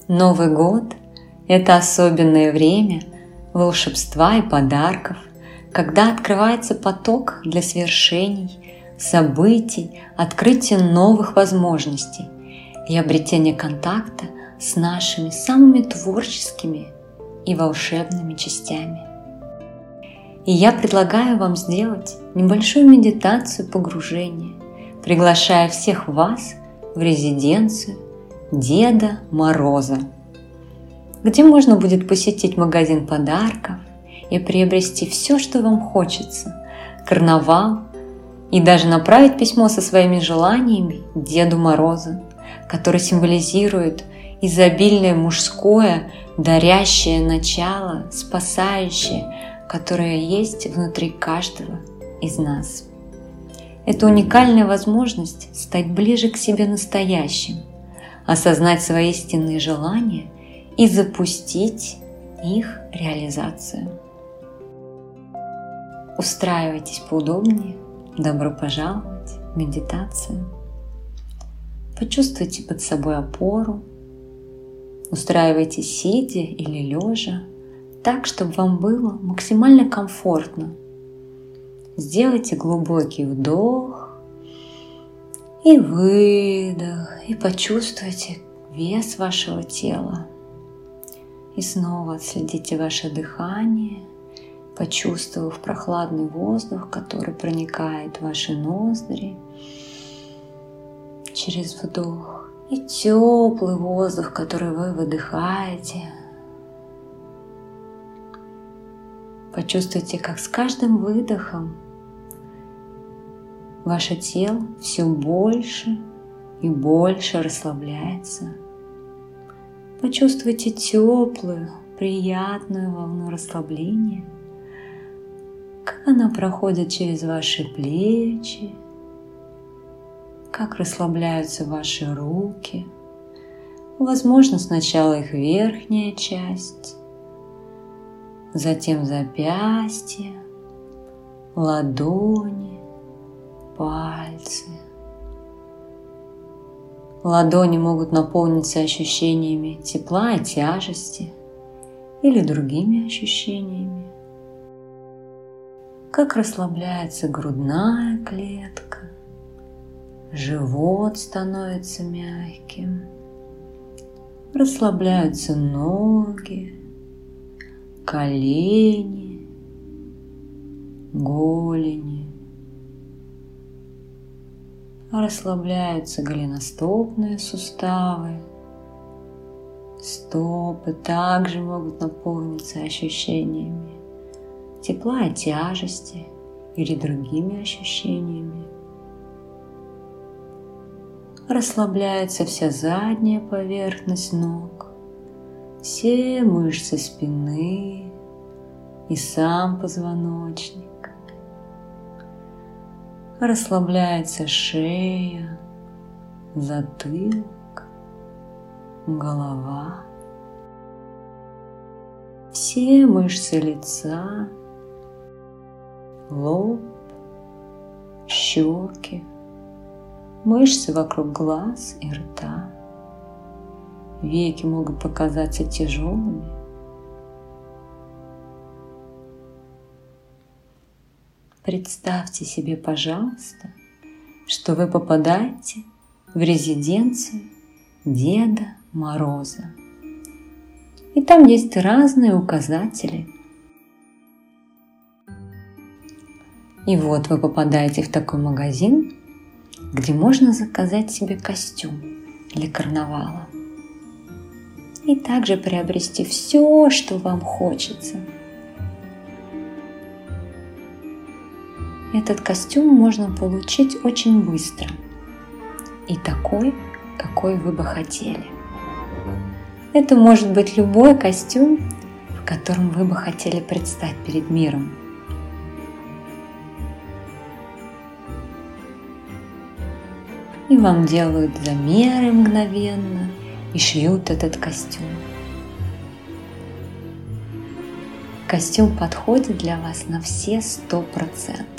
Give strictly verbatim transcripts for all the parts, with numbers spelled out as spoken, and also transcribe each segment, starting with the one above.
Новый год – это особенное время волшебства и подарков, когда открывается поток для свершений, событий, открытия новых возможностей и обретения контакта с нашими самыми творческими и волшебными частями. И я предлагаю вам сделать небольшую медитацию погружения, приглашая всех вас в резиденцию Деда Мороза, где можно будет посетить магазин подарков и приобрести все, что вам хочется, карнавал, и даже направить письмо со своими желаниями Деду Морозу, который символизирует изобильное мужское, дарящее начало, спасающее, которое есть внутри каждого из нас. Это уникальная возможность стать ближе к себе настоящим, осознать свои истинные желания и запустить их реализацию. Устраивайтесь поудобнее. Добро пожаловать в медитацию. Почувствуйте под собой опору. Устраивайтесь сидя или лежа, так, чтобы вам было максимально комфортно. Сделайте глубокий вдох и выдох, и почувствуйте вес вашего тела. И снова отследите ваше дыхание, почувствовав прохладный воздух, который проникает в ваши ноздри через вдох, и теплый воздух, который вы выдыхаете. Почувствуйте, как с каждым выдохом ваше тело все больше и больше расслабляется. Почувствуйте теплую, приятную волну расслабления, как она проходит через ваши плечи, как расслабляются ваши руки, возможно, сначала их верхняя часть, затем запястья, ладони, пальцы. Ладони могут наполниться ощущениями тепла и тяжести или другими ощущениями. Как расслабляется грудная клетка, живот становится мягким, расслабляются ноги, колени, голени, расслабляются голеностопные суставы, стопы также могут наполниться ощущениями тепла и тяжести или другими ощущениями. Расслабляется вся задняя поверхность ног, все мышцы спины и сам позвоночник. Расслабляется шея, затылок, голова, все мышцы лица, лоб, щеки, мышцы вокруг глаз и рта. Веки могут показаться тяжелыми. Представьте себе, пожалуйста, что вы попадаете в резиденцию Деда Мороза. И там есть разные указатели. И вот вы попадаете в такой магазин, где можно заказать себе костюм для карнавала. И также приобрести все, что вам хочется. Этот костюм можно получить очень быстро и такой, какой вы бы хотели. Это может быть любой костюм, в котором вы бы хотели предстать перед миром. И вам делают замеры мгновенно и шьют этот костюм. Костюм подходит для вас на все сто процентов.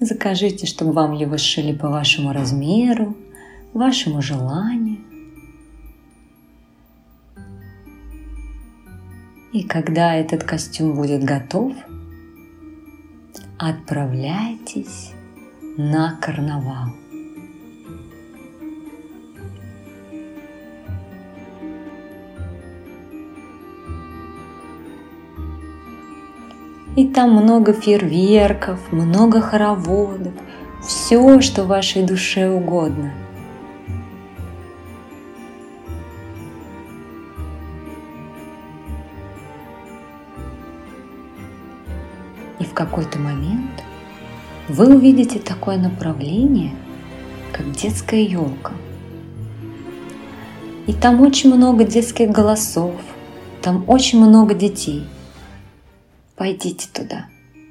Закажите, чтобы вам его сшили по вашему размеру, вашему желанию. И когда этот костюм будет готов, отправляйтесь на карнавал. И там много фейерверков, много хороводов, все, что вашей душе угодно. И в какой-то момент вы увидите такое направление, как детская елка. И там очень много детских голосов, там очень много детей. Пойдите туда.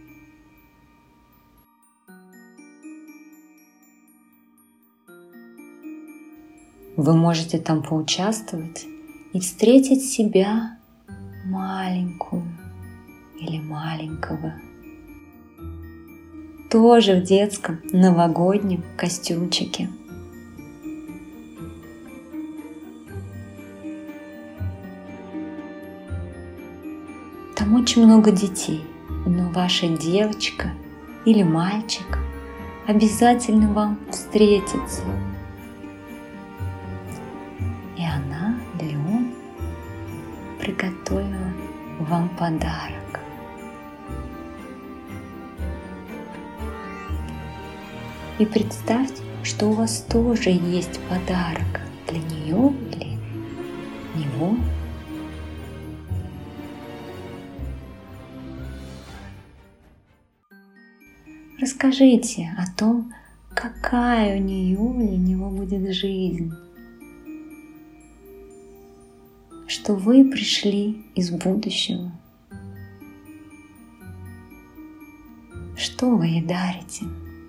Вы можете там поучаствовать и встретить себя маленькую или маленького, тоже в детском новогоднем костюмчике. Там очень много детей, но ваша девочка или мальчик обязательно вам встретится. И она или он приготовила вам подарок. И представьте, что у вас тоже есть подарок для нее или него. Расскажите о том, какая у нее или него будет жизнь, что вы пришли из будущего, что вы ей дарите.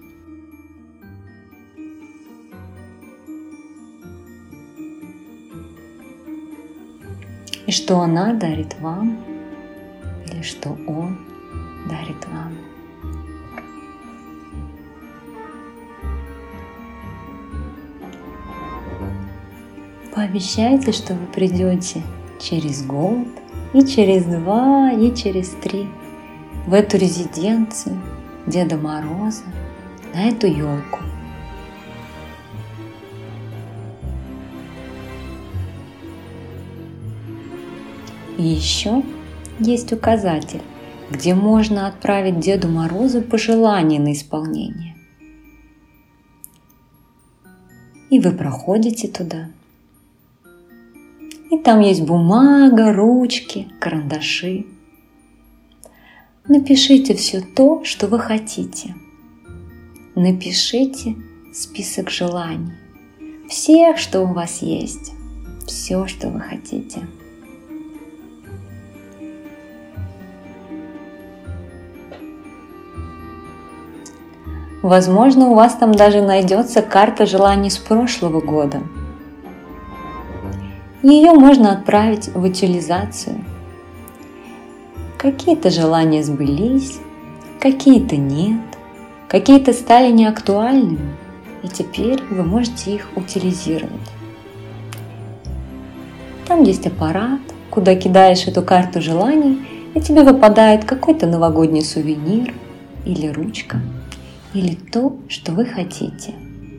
И что она дарит вам, или что он дарит вам. Пообещайте, что вы придете через год, и через два, и через три в эту резиденцию Деда Мороза, на эту елку. И еще есть указатель, где можно отправить Деду Морозу пожелание на исполнение. И вы проходите туда. И там есть бумага, ручки, карандаши. Напишите все то, что вы хотите. Напишите список желаний. Всех, что у вас есть. Все, что вы хотите. Возможно, у вас там даже найдется карта желаний с прошлого года. Ее можно отправить в утилизацию. Какие-то желания сбылись, какие-то нет, какие-то стали неактуальными, и теперь вы можете их утилизировать. Там есть аппарат, куда кидаешь эту карту желаний, и тебе выпадает какой-то новогодний сувенир, или ручка, или то, что вы хотите.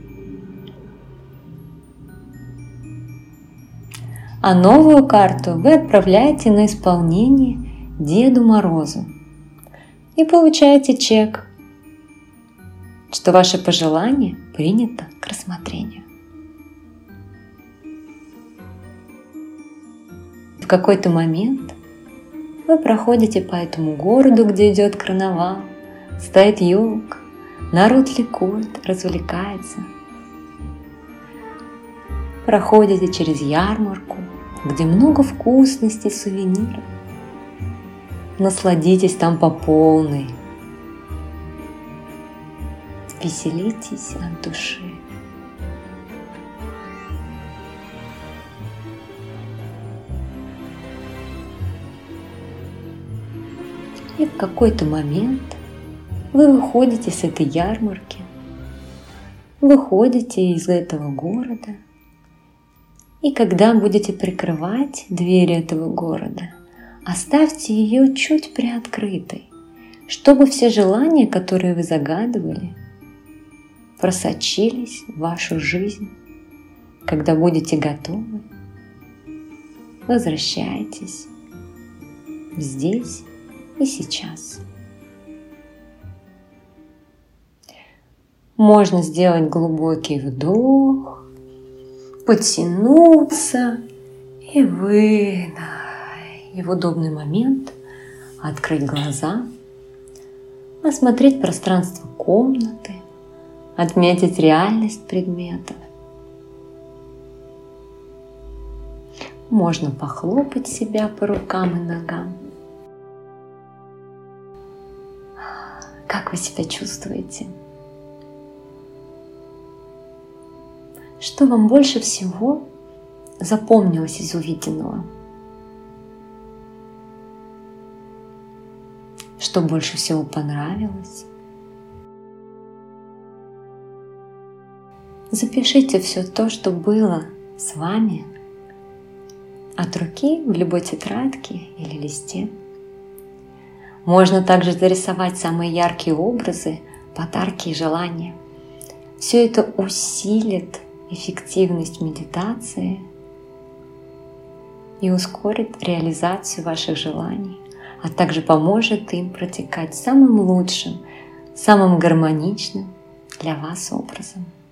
А новую карту вы отправляете на исполнение Деду Морозу и получаете чек, что ваше пожелание принято к рассмотрению. В какой-то момент вы проходите по этому городу, где идет карнавал, стоит елка, народ ликует, развлекается. Проходите через ярмарку, где много вкусностей, сувениров. Насладитесь там по полной. Веселитесь от души. И в какой-то момент вы выходите с этой ярмарки, выходите из этого города, и когда будете прикрывать двери этого города, оставьте ее чуть приоткрытой, чтобы все желания, которые вы загадывали, просочились в вашу жизнь. Когда будете готовы, возвращайтесь здесь и сейчас. Можно сделать глубокий вдох, потянуться и выдох. И в удобный момент открыть глаза, осмотреть пространство комнаты, отметить реальность предметов. Можно похлопать себя по рукам и ногам. Как вы себя чувствуете? Что вам больше всего запомнилось из увиденного? Что больше всего понравилось? Запишите все то, что было с вами от руки в любой тетрадке или листе. Можно также зарисовать самые яркие образы, подарки и желания. Все это усилит эффективность медитации и ускорит реализацию ваших желаний, а также поможет им протекать самым лучшим, самым гармоничным для вас образом.